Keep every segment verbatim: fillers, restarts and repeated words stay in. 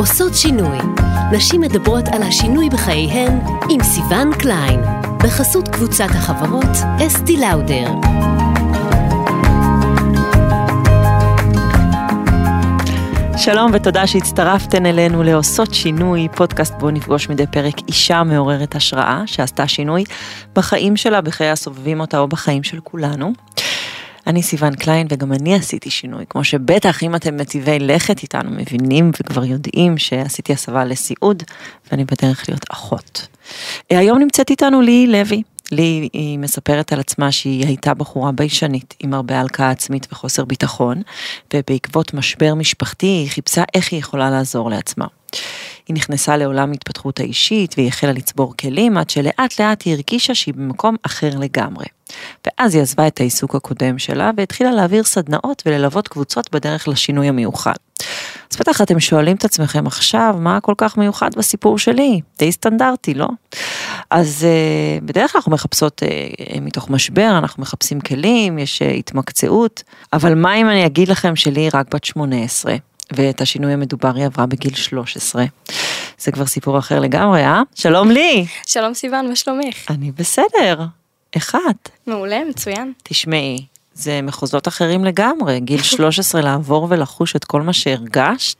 עושות שינוי. נשים מדברות על השינוי בחייהן עם סיוון קליין, בחסות קבוצת החברות אסתי לאודר. שלום ותודה שהצטרפתן אלינו לעושות שינוי, פודקאסט בו נפגוש מדי פרק אישה מעוררת השראה שעשתה שינוי בחיים שלה, בחיי הסובבים אותה או בחיים של כולנו. אני סיוון קליין וגם אני עשיתי שינוי, כמו שבטח אם אתם מטיבי לכת איתנו מבינים וכבר יודעים שעשיתי הסבה לסיעוד ואני בדרך להיות אחות. היום נמצאת איתנו לי לוי. לי היא מספרת על עצמה שהיא הייתה בחורה ביישנית עם הרבה הלקאה עצמית וחוסר ביטחון, ובעקבות משבר משפחתי היא חיפשה איך היא יכולה לעזור לעצמה. היא נכנסה לעולם התפתחות האישית והיא החלה לצבור כלים עד שלאט לאט היא הרגישה שהיא במקום אחר לגמרי. ואז היא עזבה את העיסוק הקודם שלה והתחילה להעביר סדנאות וללוות קבוצות בדרך לשינוי המיוחד. אז בטח אתם שואלים את עצמכם עכשיו, מה כל כך מיוחד בסיפור שלי? די סטנדרטי, לא? אז uh, בדרך כלל אנחנו מחפשות uh, מתוך משבר, אנחנו מחפשים כלים, יש uh, התמקצעות, אבל מה אם אני אגיד לכם שלי רק בת שמונה עשרה, ואת השינוי המדובר היא עברה בגיל שלוש עשרה. זה כבר סיפור אחר לגמרי, אה? שלום לי. שלום סיוון, מה שלומך? אני בסדר. איך את? מעולה, מצוין. תשמעי, זה מחוזות אחרים לגמרי, גיל שלוש עשרה לעבור ולחוש את כל מה שהרגשת.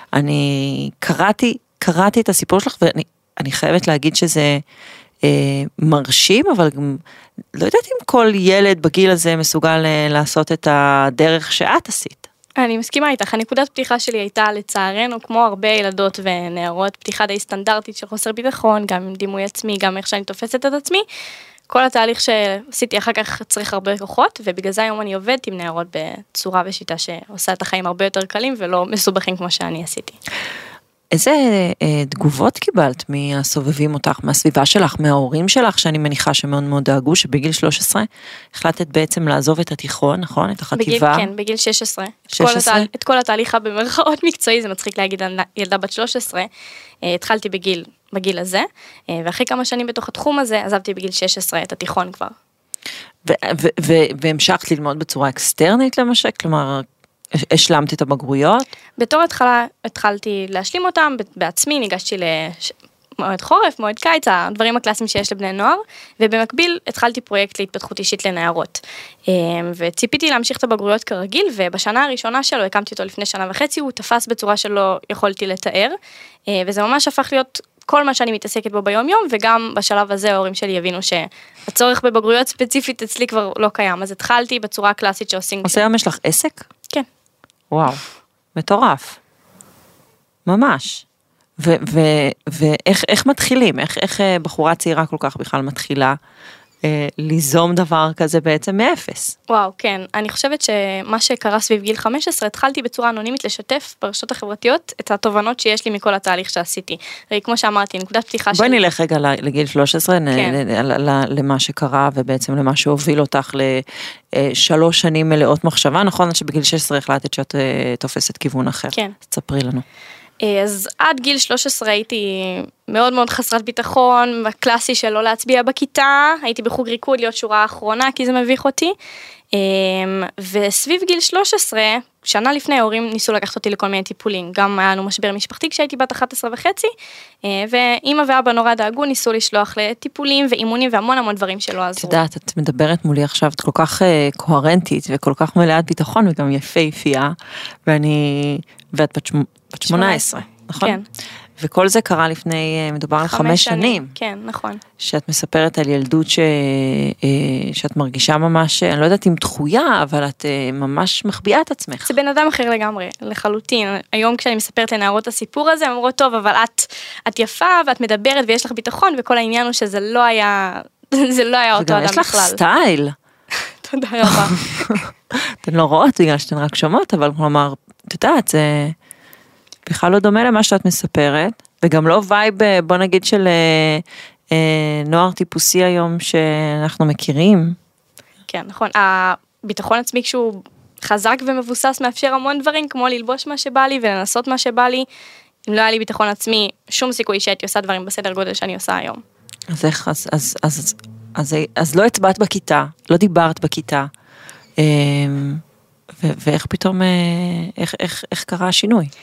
אני קראתי, קראתי את הסיפור שלך, ואני אני חייבת להגיד שזה אה, מרשים, אבל גם לא יודעת אם כל ילד בגיל הזה מסוגל אה, לעשות את הדרך שאת עשית. אני מסכימה איתך, הנקודת פתיחה שלי הייתה לצערנו, כמו הרבה ילדות ונערות, פתיחה די סטנדרטית של חוסר ביטחון, גם עם דימוי עצמי, גם איך שאני תופסת את עצמי. כל התהליך שעשיתי אחר כך צריך הרבה כוחות, ובגלל זה היום אני עובדת עם נערות בצורה ושיטה שעושה את החיים הרבה יותר קלים ולא מסובכים כמו שאני עשיתי. איזה אה, תגובות קיבלת מהסובבים אותך, מהסביבה שלך, מההורים שלך, שאני מניחה שמאוד מאוד דאגו, שבגיל שלוש עשרה החלטת בעצם לעזוב את התיכון, נכון? את החטיבה? בגיל, כן, בגיל שש עשרה. שש עשרה? את כל, התהל, את כל התהליך במרכאות מקצועי, זה מצחיק להגיד על ילדה בת שלוש עשרה, אה, התחלתי בגיל, בגיל הזה, אה, ואחרי כמה שנים בתוך התחום הזה, עזבתי בגיל שש עשרה את התיכון כבר. ו- ו- ו- והמשכת ללמוד בצורה אקסטרנית למשל, כלומר, השלמת את הבגרויות? בתור התחלה התחלתי להשלים אותם בעצמי, ניגשתי למועד חורף, מועד קיץ, הדברים הקלאסיים שיש לבני נוער, ובמקביל התחלתי פרויקט להתפתחות אישית לנערות. וציפיתי להמשיך את הבגרויות כרגיל, ובשנה הראשונה שלו, הקמתי אותו לפני שנה וחצי, הוא תפס בצורה שלא יכולתי לתאר, וזה ממש הפך להיות כל מה שאני מתעסקת בו ביום יום, וגם בשלב הזה ההורים שלי יבינו שהצורך בבגרויות ספציפית אצלי כבר לא קיים, אז התחלתי בצורה הקלאסית שעושים. אז היום יש לך עסק? כן. וואו, מטורף. ממש. ו- ו- ואיך איך מתחילים? איך, איך בחורה צעירה כל כך בכלל מתחילה אה, ליזום דבר כזה בעצם מאפס? וואו, כן. אני חושבת שמה שקרה סביב גיל חמש עשרה, התחלתי בצורה אנונימית לשתף ברשתות החברתיות את התובנות שיש לי מכל התהליך שעשיתי. כמו שאמרתי, נקודת פתיחה של... בואי נלך רגע לגיל שלוש עשרה, כן. למה שקרה ובעצם למה שהוביל אותך לשלוש שנים מלאות מחשבה, נכון? שבגיל שש עשרה החלטת שאת תופסת כיוון אחר. כן. תספרי לנו. אז עד גיל שלוש עשרה הייתי מאוד מאוד חסרת ביטחון, בקלאסי של לא להצביע בכיתה, הייתי בחוג ריקוד להיות שורה האחרונה כי זה מביך אותי, וסביב גיל שלוש עשרה, שנה לפני ההורים ניסו לקחת אותי לכל מיני טיפולים, גם היה לנו משבר משפחתי כשהייתי בת אחת עשרה וחצי, ואמא ואבא נורא דאגו, ניסו לשלוח לטיפולים ואימונים והמון המון דברים שלא עזרו. את יודעת, את מדברת מולי עכשיו, את כל כך קוהרנטית וכל כך מלאת ביטחון וגם יפהפייה, ואני, ואת בת שמונה עשרה, נכון? כן. וכל זה קרה לפני, מדובר על חמש שנים. כן, נכון. שאת מספרת על ילדות ש... שאת מרגישה ממש, אני לא יודעת אם דחויה, אבל את ממש מחביאה את עצמך. זה בן אדם אחר לגמרי, לחלוטין. היום כשאני מספרת לנערות הסיפור הזה, הן אומרות, טוב, אבל את, את יפה ואת מדברת ויש לך ביטחון, וכל העניין הוא שזה לא היה, זה לא היה אותו אדם בכלל. וגם יש לך סטייל. תודה רבה. אתן לא רואות בגלל שאתן רק שומעות, אבל כלומר, את יודעת, זה... בכלל לא דומה למה שאת מספרת, וגם לא וייב, בוא נגיד, של אה, אה, נוער טיפוסי היום שאנחנו מכירים. כן, נכון. הביטחון עצמי כשהוא חזק ומבוסס מאפשר המון דברים, כמו ללבוש מה שבא לי ולנסות מה שבא לי. אם לא היה לי ביטחון עצמי, שום סיכוי שהייתי עושה דברים בסדר גודל שאני עושה היום. אז איך, אז, אז, אז, אז, אז לא הצבעת בכיתה, לא דיברת בכיתה, ו- ואיך פתאום, איך, איך, איך קרה השינוי?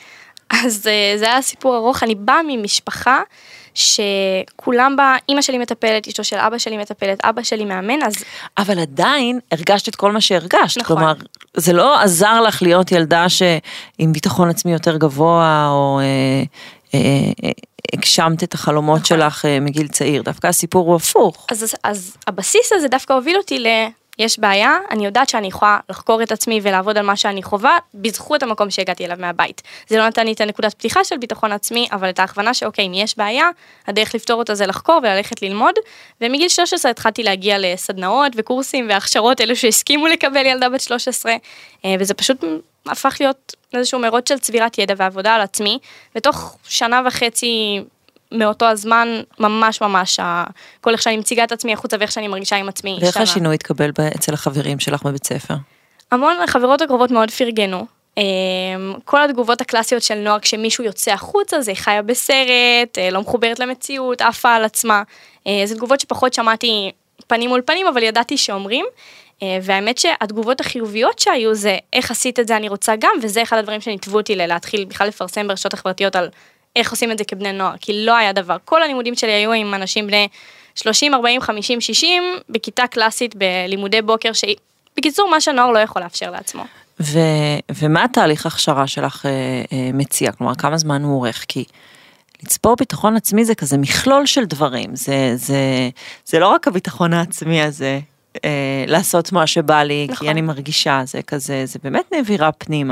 אז זה היה סיפור ארוך, אני באה ממשפחה שכולם בה, אמא שלי מטפלת, אשתו של אבא שלי מטפלת, אבא שלי מאמן, אז... אבל עדיין הרגשת את כל מה שהרגשת, נכון. כלומר, זה לא עזר לך להיות ילדה שעם ביטחון עצמי יותר גבוה, או אה, אה, אה, הגשמת את החלומות נכון. שלך אה, מגיל צעיר, דווקא הסיפור הוא הפוך. אז, אז הבסיס הזה דווקא הוביל אותי ל... יש בעיה, אני יודעת שאני יכולה לחקור את עצמי ולעבוד על מה שאני חובה, בזכות המקום שהגעתי אליו מהבית. זה לא נתן לי את הנקודת פתיחה של ביטחון עצמי, אבל את ההכוונה שאוקיי, אם יש בעיה, הדרך לפתור אותה זה לחקור וללכת ללמוד, ומגיל שלוש עשרה התחלתי להגיע לסדנאות וקורסים והכשרות, אלו שהסכימו לקבל ילדה בת שלוש עשרה, וזה פשוט הפך להיות איזשהו מרוץ של צבירת ידע ועבודה על עצמי, ותוך שנה וחצי מאותו הזמן, ממש ממש, כל איך שאני מציגה את עצמי החוצה ואיך שאני מרגישה עם עצמי. ואיך השינוי התקבל אצל החברים שלך בבית ספר? המון חברות הקרובות מאוד פרגנו. כל התגובות הקלאסיות של נוער, כשמישהו יוצא החוצה, זה חיה בסרט, לא מחוברת למציאות, עפה על עצמה. זה תגובות שפחות שמעתי פנים מול פנים, אבל ידעתי שאומרים. והאמת שהתגובות החיוביות שהיו זה, איך עשית את זה אני רוצה גם, וזה אחד הדברים שנתבו אותי להתחיל בכלל לפרסם ברשתות החברתיות על איך עושים את זה כבני נוער, כי לא היה דבר. כל הלימודים שלי היו עם אנשים בני שלושים, ארבעים, חמישים, שישים, בכיתה קלאסית בלימודי בוקר, שבקיצור מה שהנוער לא יכול לאפשר לעצמו. ו- ומה התהליך ההכשרה שלך אה, אה, מציע? כלומר, כמה זמן הוא עורך? כי לצפור ביטחון עצמי זה כזה מכלול של דברים, זה, זה, זה לא רק הביטחון העצמי הזה, אה, לעשות מה שבא לי, נכון. כי אני מרגישה, זה כזה, זה באמת נעבירה פנימה.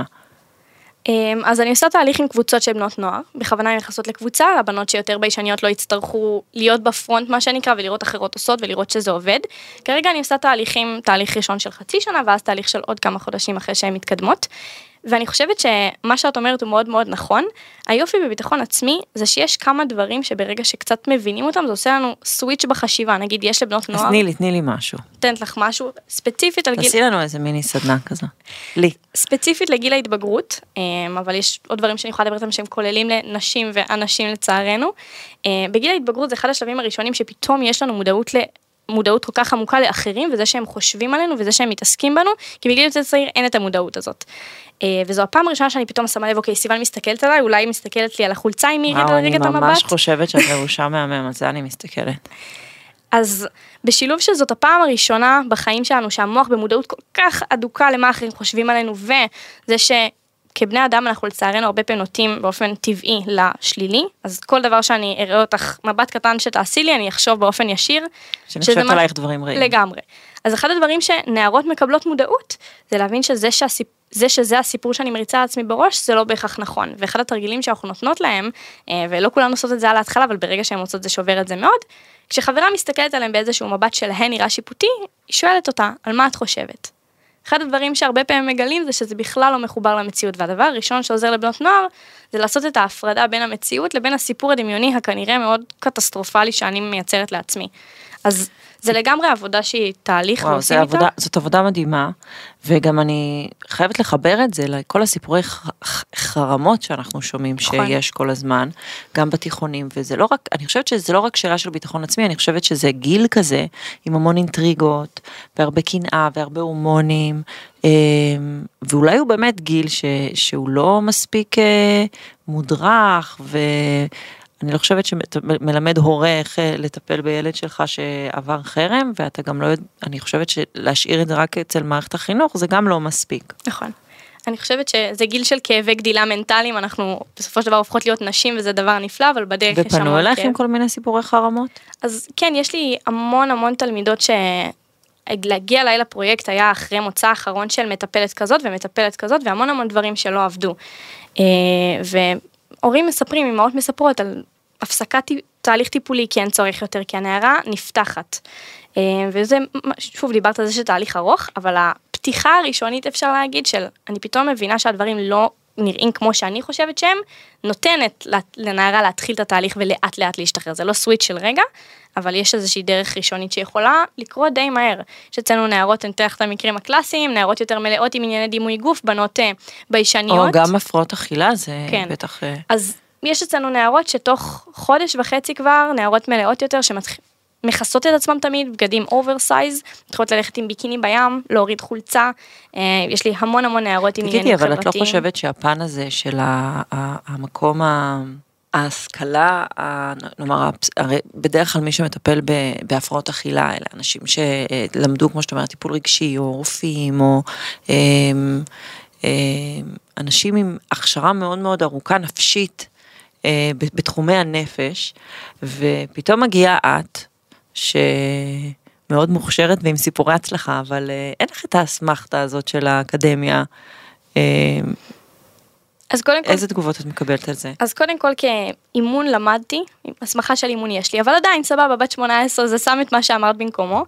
אז אני עושה תהליך עם קבוצות של בנות נוער, בכוונה אני נכנסות לקבוצה, הבנות שיותר ביישניות לא יצטרכו להיות בפרונט מה שנקרא, ולראות אחרות עושות ולראות שזה עובד. כרגע אני עושה תהליכים, תהליך ראשון של חצי שנה, ואז תהליך של עוד כמה חודשים אחרי שהן מתקדמות. ואני חושבת שמה שאת אומרת הוא מאוד מאוד נכון. היופי בביטחון עצמי זה שיש כמה דברים שברגע שקצת מבינים אותם, זה עושה לנו סוויץ' בחשיבה. נגיד, יש לבנות נוער. אז תני לי, תני לי משהו. תנת לך משהו ספציפית על גיל... תעשי לנו איזה מיני סדנה כזו. לי. ספציפית לגיל ההתבגרות, אבל יש עוד דברים שאני יכולה לדבר עליהם שהם כוללים לנשים ואנשים לצערנו. בגיל ההתבגרות זה אחד השלבים הראשונים שפתאום יש לנו מודעות ל... מודעות כל כך עמוקה לאחרים, וזה שהם חושבים עלינו, וזה שהם מתעסקים בנו, כי בגיל יותר צעיר אין את המודעות הזאת. וזו הפעם הראשונה שאני פתאום שמה לב, אוקיי, סיוון מסתכלת עליי, אולי היא מסתכלת לי על החולצה, אם היא רגע רגע את המבט. אני ממש חושבת שאת ראושה מהמם, על זה אני מסתכלת. אז בשילוב שזאת הפעם הראשונה בחיים שלנו, שהמוח במודעות כל כך אדוקה למה אחרים חושבים עלינו, וזה ש... כבני אדם אנחנו לצערנו הרבה פעמים נוטים באופן טבעי לשלילי, אז כל דבר שאני אראה אותך מבט קטן שתעשי לי, אני אחשוב באופן ישיר. שנחשבת עלייך דברים רעים. לגמרי. אז אחד הדברים שנערות מקבלות מודעות, זה להבין שזה, שהסיפ... זה שזה הסיפור שאני מריצה לעצמי בראש, זה לא בהכרח נכון. ואחד התרגילים שאנחנו נותנות להם, ולא כולנו עושות את זה על ההתחלה, אבל ברגע שהן עושות זה שובר את זה מאוד, כשחברה מסתכלת עליהם באיזשהו מבט שלהן נראה שיפוטי, היא שואלת אותה, על מה את חושבת? אחד הדברים שהרבה פעמים מגלים זה שזה בכלל לא מחובר למציאות, והדבר הראשון שעוזר לבנות נוער, זה לעשות את ההפרדה בין המציאות לבין הסיפור הדמיוני הכנראה מאוד קטסטרופלי שאני מייצרת לעצמי. אז זה לגמרי עבודה שהיא תהליך וואו, ועושים איתה. עבודה, זאת עבודה מדהימה, וגם אני חייבת לחבר את זה לכל הסיפורי חרמות שאנחנו שומעים נכון. שיש כל הזמן, גם בתיכונים, וזה לא רק, אני חושבת שזה לא רק שאלה של ביטחון עצמי, אני חושבת שזה גיל כזה, עם המון אינטריגות, והרבה קנאה, והרבה הורמונים, ואולי הוא באמת גיל ש, שהוא לא מספיק מודרך, ו... אני לא חושבת שמלמד הורה איך לטפל בילד שלך שעבר חרם, ואתה גם לא, אני חושבת שלהשאיר את זה רק אצל מערכת החינוך, זה גם לא מספיק. נכון. אני חושבת שזה גיל של כאבי גדילה מנטליים, אנחנו בסופו של דבר הופכות להיות נשים, וזה דבר נפלא, אבל בדרך יש ופנו אליך עם כל מיני סיפורי חרמות? אז כן, יש לי המון המון תלמידות ש... להגיע אליי לפרויקט היה אחרי מוצא האחרון של מטפלת כזאת ומטפלת כזאת, והמון המון דברים שלא עבדו. והורים מספרים, אמהות מספרות על הפסקת תהליך טיפולי, כי אין צורך יותר, כי הנערה נפתחת. וזה, שוב, דיברת על זה שתהליך ארוך, אבל הפתיחה הראשונית אפשר להגיד של, אני פתאום מבינה שהדברים לא נראים כמו שאני חושבת שהם, נותנת לנערה להתחיל את התהליך ולאט לאט להשתחרר. זה לא סוויץ' של רגע, אבל יש איזושהי דרך ראשונית שיכולה לקרות די מהר. יש אצלנו נערות, אני אתן לך את המקרים הקלאסיים, נערות יותר מלאות עם ענייני דימוי גוף, בנות ביישניות. או גם הפרעות אכילה, זה כן. בטח... אז יש אצלנו נערות שתוך חודש וחצי כבר, נערות מלאות יותר, מכסות את עצמם תמיד, בגדים אוברסייז, מתחילות ללכת עם ביקיני בים, להוריד חולצה, יש לי המון המון נערות עם עניינים חברתיים. תגידי, אבל את לא חושבת שהפן הזה של המקום ההשכלה, נאמר, בדרך כלל מי שמטפל בהפרעות אכילה, אלה אנשים שלמדו, כמו שאת אומרת, טיפול רגשי, או רופאים, או אנשים עם הכשרה מאוד מאוד ארוכה, נפשית, בתחומי הנפש, ופתאום מגיעה את, שמאוד מוכשרת ועם סיפורי הצלחה, אבל אין לך את האסמכתה הזאת של האקדמיה. אז קודם כל, איזה תגובות את מקבלת על זה? אז קודם כל כאימון למדתי, הסמכה של אימון יש לי, אבל עדיין סבבה, בת שמונה עשרה, זה שם את מה שאמרת במקומו.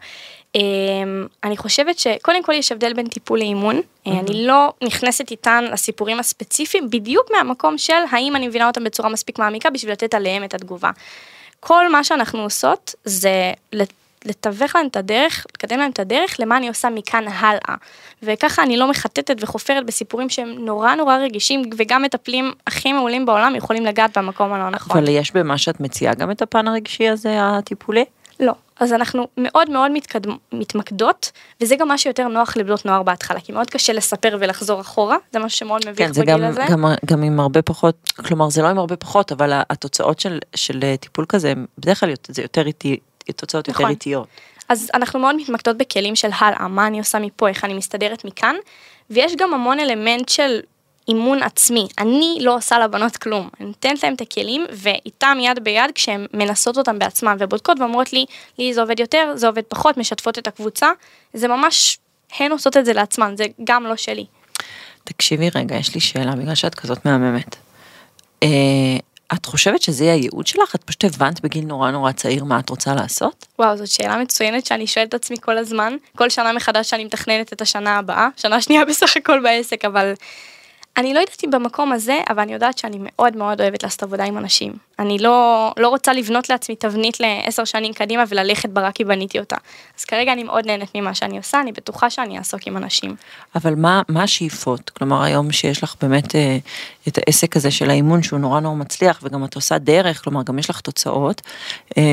אני חושבת שקודם כל יש הבדל בין טיפול לאימון, אני לא נכנסת איתן לסיפורים הספציפיים, בדיוק מהמקום של האם אני מבינה אותם בצורה מספיק מעמיקה, בשביל לתת עליהם את התגובה. כל מה שאנחנו עושות זה לתווך להם את הדרך, לקדם להם את הדרך, למה אני עושה מכאן הלאה. וככה אני לא מחטטת וחופרת בסיפורים שהם נורא נורא רגישים, וגם מטפלים הכי מעולים בעולם יכולים לגעת במקום הלא נכון. אבל יש במה שאת מציעה גם את הפן הרגשי הזה, הטיפולי? לא. אז אנחנו מאוד מאוד מתקד... מתמקדות, וזה גם מה שיותר נוח לבנות נוער בהתחלה, כי מאוד קשה לספר ולחזור אחורה, זה משהו שמאוד מביך כן, בגיל גם, הזה. גם, גם עם הרבה פחות, כלומר זה לא עם הרבה פחות, אבל התוצאות של, של טיפול כזה, בדרך כלל זה יותר איטי, תוצאות נכון. יותר איטיות. אז אנחנו מאוד מתמקדות בכלים של הלאה, מה אני עושה מפה, איך אני מסתדרת מכאן, ויש גם המון אלמנט של אימון עצמי, אני לא עושה לבנות כלום, אני נותנת להם את הכלים, ואיתם יד ביד כשהן מנסות אותם בעצמם, ובודקות ואומרות לי, לי זה עובד יותר, זה עובד פחות, משתפות את הקבוצה, זה ממש, הן עושות את זה לעצמן, זה גם לא שלי. תקשיבי רגע, יש לי שאלה, בגלל שאת כזאת מהממת. אה, את חושבת שזה יהיה הייעוד שלך? את פשוט הבנת בגיל נורא נורא צעיר מה את רוצה לעשות? וואו, זאת שאלה מצוינת שאני שואלת את עצמי כל הזמן, כל שנה מחדש שאני מתכננת את השנה הבאה, שנה שנייה בסך הכל בעסק, אבל אני לא יודעת אם במקום הזה, אבל אני יודעת שאני מאוד מאוד אוהבת לעשות עבודה עם אנשים. אני לא, לא רוצה לבנות לעצמי תבנית לעשר שנים קדימה וללכת בה רק כי בניתי אותה. אז כרגע אני מאוד נהנית ממה שאני עושה, אני בטוחה שאני אעסוק עם אנשים. אבל מה, מה השאיפות? כלומר, היום שיש לך באמת אה, את העסק הזה של האימון שהוא נורא נורא מצליח, וגם את עושה דרך, כלומר, גם יש לך תוצאות. אה,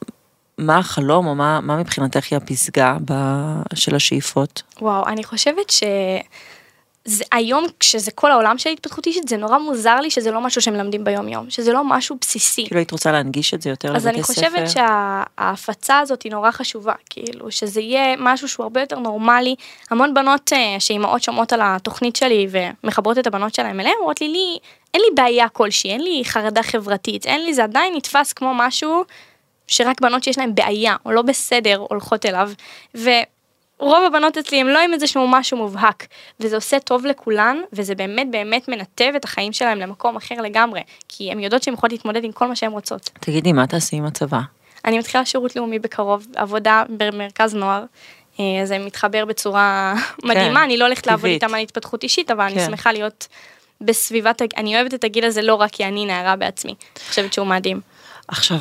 מה החלום או מה, מה מבחינתך היא הפסגה של השאיפות? וואו, אני חושבת ש... זה, היום כשזה כל העולם של התפתחות אישית, זה נורא מוזר לי שזה לא משהו שמלמדים ביום יום, שזה לא משהו בסיסי. כאילו היית רוצה להנגיש את זה יותר לבתי ספר? אז אני חושבת שההפצה הזאת היא נורא חשובה, כאילו שזה יהיה משהו שהוא הרבה יותר נורמלי, המון בנות שאימהות שומעות על התוכנית שלי ומחברות את הבנות שלהם אליהם, אומרות לי, לי, אין לי בעיה כלשהי, אין לי חרדה חברתית, אין לי, זה עדיין נתפס כמו משהו שרק בנות שיש להם בעיה או לא בסדר הולכות אליו, ו... רוב הבנות אצלי הם לא עם איזשהו משהו מובהק, וזה עושה טוב לכולן, וזה באמת באמת מנתב את החיים שלהם למקום אחר לגמרי, כי הן יודעות שהן יכולות להתמודד עם כל מה שהן רוצות. תגידי, מה תעשי עם הצבא? אני מתחילה שירות לאומי בקרוב, עבודה במרכז נוער, זה מתחבר בצורה מדהימה, אני לא הולכת לעבוד איתם על התפתחות אישית, אבל אני שמחה להיות בסביבת, אני אוהבת את הגיל הזה לא רק כי אני נערה בעצמי, אני חושבת שהוא מדהים. עכשיו,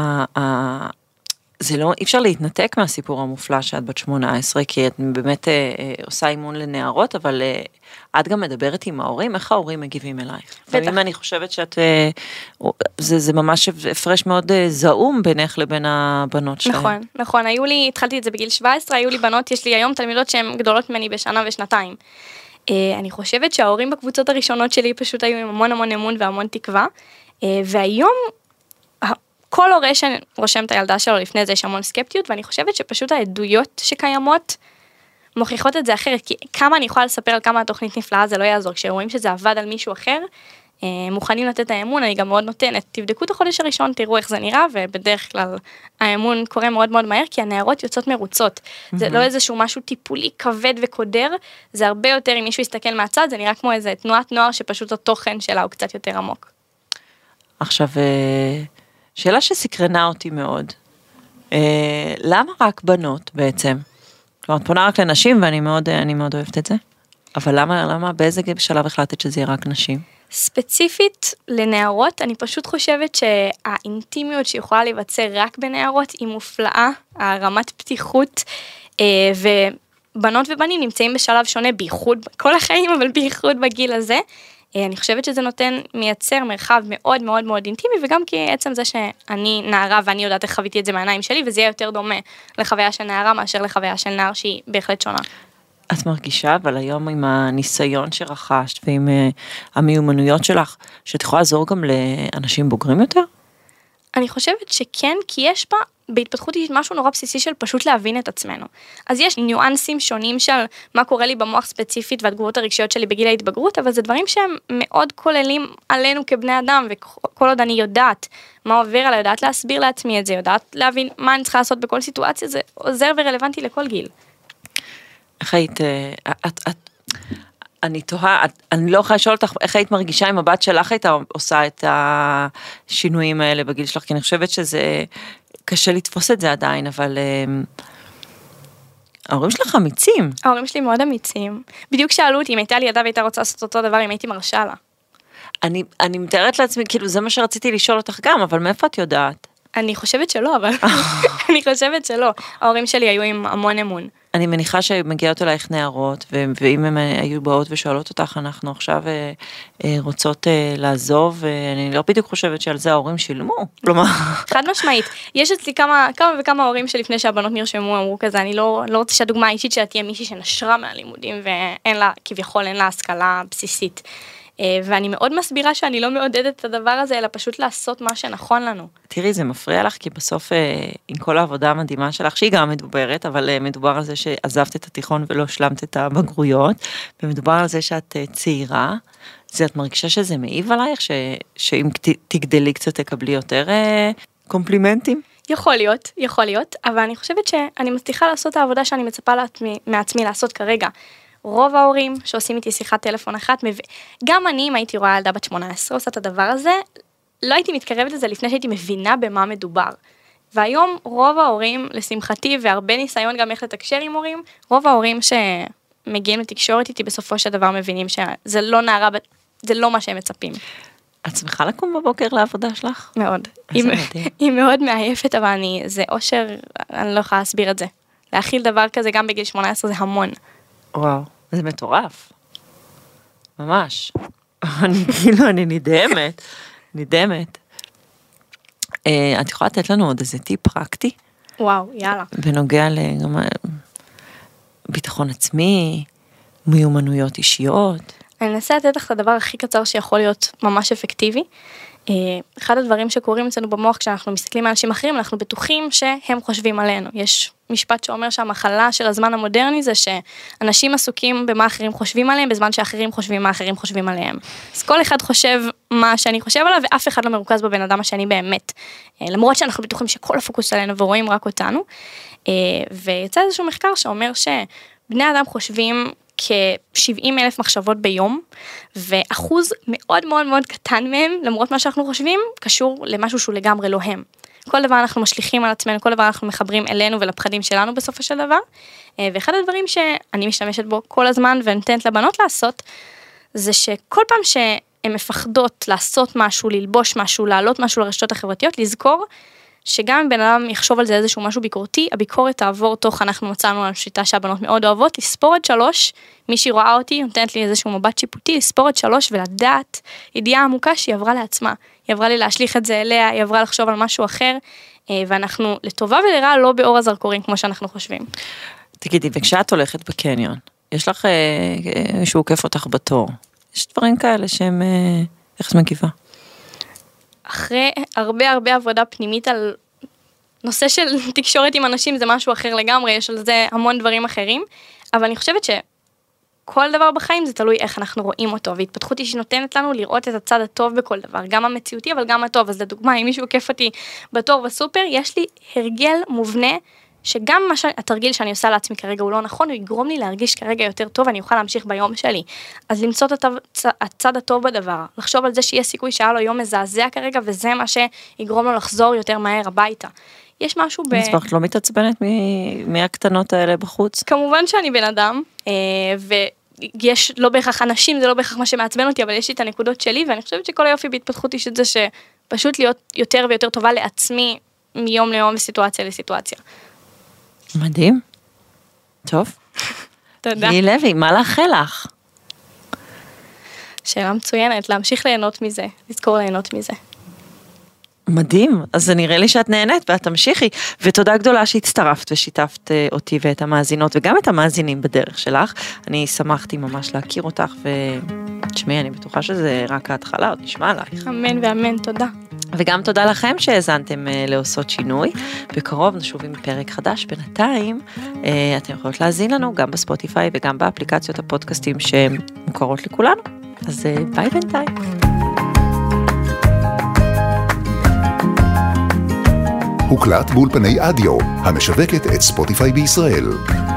זה לא, אי אפשר להתנתק מהסיפור המופלא שאת בת שמונה עשרה, כי את באמת אה, עושה אימון לנערות, אבל אה, את גם מדברת עם ההורים, איך ההורים מגיבים אלייך? לפעמים אני חושבת שאת, אה, זה, זה ממש הפרש מאוד אה, זעום בינך לבין הבנות שלהם. נכון, נכון, היו לי, התחלתי את זה בגיל שבע עשרה, היו לי בנות, יש לי היום תלמידות שהן גדולות ממני בשנה ושנתיים. אה, אני חושבת שההורים בקבוצות הראשונות שלי פשוט היו עם המון המון אמון והמון תקווה, אה, והיום, כל הורה שרושם את הילדה שלו לפני זה יש המון סקפטיות, ואני חושבת שפשוט העדויות שקיימות מוכיחות את זה אחרת, כי כמה אני יכולה לספר על כמה התוכנית נפלאה, זה לא יעזור, כשרואים שזה עבד על מישהו אחר, מוכנים לתת את האמון, אני גם מאוד נותנת, תבדקו את החודש הראשון, תראו איך זה נראה, ובדרך כלל האמון קורה מאוד מאוד מהר, כי הנערות יוצאות מרוצות, זה לא איזשהו משהו טיפולי כבד וקודר, זה הרבה יותר, אם מישהו יסתכל מהצד, זה נראה כמו איזה תנועת נוער, שפשוט התוכן שלה הוא קצת יותר עמוק. עכשיו, שאלה שסקרנה אותי מאוד, אה, למה רק בנות בעצם? כלומר, את פונה רק לנשים ואני מאוד, אני מאוד אוהבת את זה, אבל למה, למה, באיזה שלב החלטת שזה יהיה רק נשים? ספציפית לנערות, אני פשוט חושבת שהאינטימיות שיכולה להיווצר רק בנערות היא מופלאה, הרמת פתיחות, אה, ובנות ובנים נמצאים בשלב שונה, בייחוד כל החיים, אבל בייחוד בגיל הזה, אני חושבת שזה נותן, מייצר מרחב מאוד מאוד מאוד אינטימי, וגם כי עצם זה שאני נערה ואני יודעת איך חוויתי את זה מהעיניים שלי, וזה יהיה יותר דומה לחוויה של נערה מאשר לחוויה של נער שהיא בהחלט שונה. את מרגישה, אבל היום עם הניסיון שרכשת ועם המיומנויות שלך, שאת יכולה לעזור גם לאנשים בוגרים יותר? אני חושבת שכן, כי יש בה, בהתפתחות יש משהו נורא בסיסי של פשוט להבין את עצמנו. אז יש ניואנסים שונים של מה קורה לי במוח ספציפית והתגובות הרגשיות שלי בגיל ההתבגרות, אבל זה דברים שהם מאוד כוללים עלינו כבני אדם, וכל עוד אני יודעת מה עובר עליי, יודעת להסביר לעצמי את זה, יודעת להבין מה אני צריכה לעשות בכל סיטואציה, זה עוזר ורלוונטי לכל גיל. איך היית, את, את, אני תוהה, אני לא יכולה לשאול אותך, איך היית מרגישה אם הבת שלך הייתה עושה את השינויים האלה בגיל שלך, כי אני חושבת שזה קשה לתפוס את זה עדיין, אבל ההורים שלך אמיצים. ההורים שלי מאוד אמיצים. בדיוק שאלו אותי, אם הייתה לי ידה והייתה רוצה לעשות אותו דבר, אם הייתי מרשה לה. אני, אני מתארת לעצמי, כאילו זה מה שרציתי לשאול אותך גם, אבל מאיפה את יודעת? אני חושבת שלא, אבל אני חושבת שלא. ההורים שלי היו עם המון אמון. אני מניחה שמגיעות אלייך נערות, ואם הם היו באות ושואלות אותך, אנחנו עכשיו רוצות לעזוב, ואני לא בדיוק חושבת שעל זה ההורים שילמו. כלומר... חד משמעית. יש אצלי כמה, כמה וכמה הורים שלפני שהבנות נרשמו, אמרו כזה, אני לא, לא רוצה שהדוגמה האישית שלה תהיה מישהי שנשרה מהלימודים, ואין לה, כביכול, אין לה השכלה בסיסית. ואני מאוד מסבירה שאני לא מעודדת את הדבר הזה, אלא פשוט לעשות מה שנכון לנו. תראי, זה מפריע לך, כי בסוף, עם כל העבודה המדהימה שלך, שהיא גם מדוברת, אבל מדובר על זה שעזבת את התיכון ולא השלמת את הבגרויות, ומדובר על זה שאת צעירה, זה את מרגישה שזה מעיב עלייך, ש, שאם תגדלי קצת תקבלי יותר קומפלימנטים? יכול להיות, יכול להיות, אבל אני חושבת שאני מצליחה לעשות את העבודה שאני מצפה לעצמי, מעצמי לעשות כרגע. רוב ההורים שעושים איתי שיחת טלפון אחת, גם אני, אם הייתי רואה ילדה בת שמונה עשרה עושה את הדבר הזה, לא הייתי מתקרבת לזה לפני שהייתי מבינה במה מדובר. והיום רוב ההורים, לשמחתי, והרבה ניסיון גם איך לתקשר עם הורים, רוב ההורים שמגיעים לתקשורת איתי בסופו של דבר מבינים שזה לא נערה, זה לא מה שהם מצפים. את שמחה לקום בבוקר לעבודה שלך? מאוד. היא מאוד מעייפת, אבל אני, זה אושר, אני לא יכולה להסביר את זה. להכיל דבר כזה גם בגיל שמונה עשרה זה המון. וואו, זה מטורף. ממש. אני כאילו, אני נדהמת. נדהמת. את יכולה לתת לנו עוד איזה טיפ פרקטי? וואו, יאללה. בנוגע לביטחון עצמי, מיומנויות אישיות. אני אנסה לתת לך את הדבר הכי קצר שיכול להיות ממש אפקטיבי. אחד הדברים שקורים אצלנו במוח כשאנחנו מסתכלים על אנשים אחרים, אנחנו בטוחים שהם חושבים עלינו. יש משפט שאומר שהמחלה של הזמן המודרני זה שאנשים עסוקים במה אחרים חושבים עליהם, בזמן שאחרים חושבים מה אחרים חושבים עליהם. אז כל אחד חושב מה שאני חושב עליו, ואף אחד לא מרוכז בבן אדם השני באמת. למרות שאנחנו בטוחים שכל הפוקוס עלינו ורואים רק אותנו. ויצא איזשהו מחקר שאומר שבני אדם חושבים כ-שבעים אלף מחשבות ביום, ואחוז מאוד מאוד מאוד קטן מהם, למרות מה שאנחנו חושבים, קשור למשהו שהוא לגמרי לא הם. כל דבר אנחנו משליכים על עצמנו, כל דבר אנחנו מחברים אלינו ולפחדים שלנו בסופו של דבר, ואחד הדברים שאני משתמשת בו כל הזמן ונותנת לבנות לעשות, זה שכל פעם שהן מפחדות לעשות משהו, ללבוש משהו, לעלות משהו לרשתות החברתיות, לזכור שגם אם בן אדם יחשוב על זה איזשהו משהו ביקורתי, הביקורת תעבור תוך, אנחנו מצאנו על שיטה שהבנות מאוד אוהבות, לספור את שלוש, מישהי רואה אותי, נותנת לי איזשהו מבט שיפוטי, לספור את שלוש ולדעת ידיעה עמוקה שהיא עברה לעצמה, היא עברה לי להשליך את זה אליה, היא עברה לחשוב על משהו אחר, ואנחנו לטובה ולרעה לא באור הזרקורים כמו שאנחנו חושבים. תגידי, וכשאת הולכת בקניון, יש לך שהוא כיף אותך בתור, יש דברים כאלה שהם, איך את מגיבה? אחרי הרבה הרבה עבודה פנימית על נושא של תקשורת עם אנשים, זה משהו אחר לגמרי, יש על זה המון דברים אחרים, אבל אני חושבת שכל דבר בחיים זה תלוי איך אנחנו רואים אותו, והתפתחות היא שנותנת לנו לראות את הצד הטוב בכל דבר, גם המציאותי אבל גם הטוב. אז לדוגמה, אם מישהו עוקף אותי בתור בסופר, יש לי הרגל מובנה, שגם מה שהתרגיל שאני עושה לעצמי כרגע הוא לא נכון, הוא יגרום לי להרגיש כרגע יותר טוב, אני אוכל להמשיך ביום שלי. אז למצוא את הצד הטוב בדבר, לחשוב על זה שיש סיכוי שהיה לו יום מזעזע כרגע, וזה מה שיגרום לו לחזור יותר מהר הביתה. יש משהו ב... אז את לא מתעצבנת מהקטנות האלה בחוץ? כמובן שאני בן אדם, ויש לא בהכרח אנשים, זה לא בהכרח מה שמעצבן אותי, אבל יש לי את הנקודות שלי, ואני חושבת שכל היופי בהתפתחות היא שזה שפשוט להיות יותר ויותר טובה לעצמי, מיום ליום וסיטואציה לסיטואציה. מדהים. טוב. תודה. גילי לוי, מה לאחל לך? שאלה מצוינת, להמשיך ליהנות מזה, לזכור ליהנות מזה. מדהים, אז זה נראה לי שאת נהנית ואת תמשיכי, ותודה גדולה שהצטרפת ושיתפת אותי ואת המאזינות וגם את המאזינים בדרך שלך. אני שמחתי ממש להכיר אותך, ותשמעי, אני בטוחה שזה רק ההתחלה, עוד נשמע עלייך. אמן ואמן, תודה. וגם תודה לכם שהאזנתם לעושות שינוי. בקרוב נשוב עם פרק חדש. בינתיים אתם יכולות להאזין לנו גם בספוטיפיי וגם באפליקציות הפודקאסטים שמוכרות לכולנו. אז ביי בינתיים. הוקלט באולפני אדיו, המשווקת את ספוטיפיי בישראל.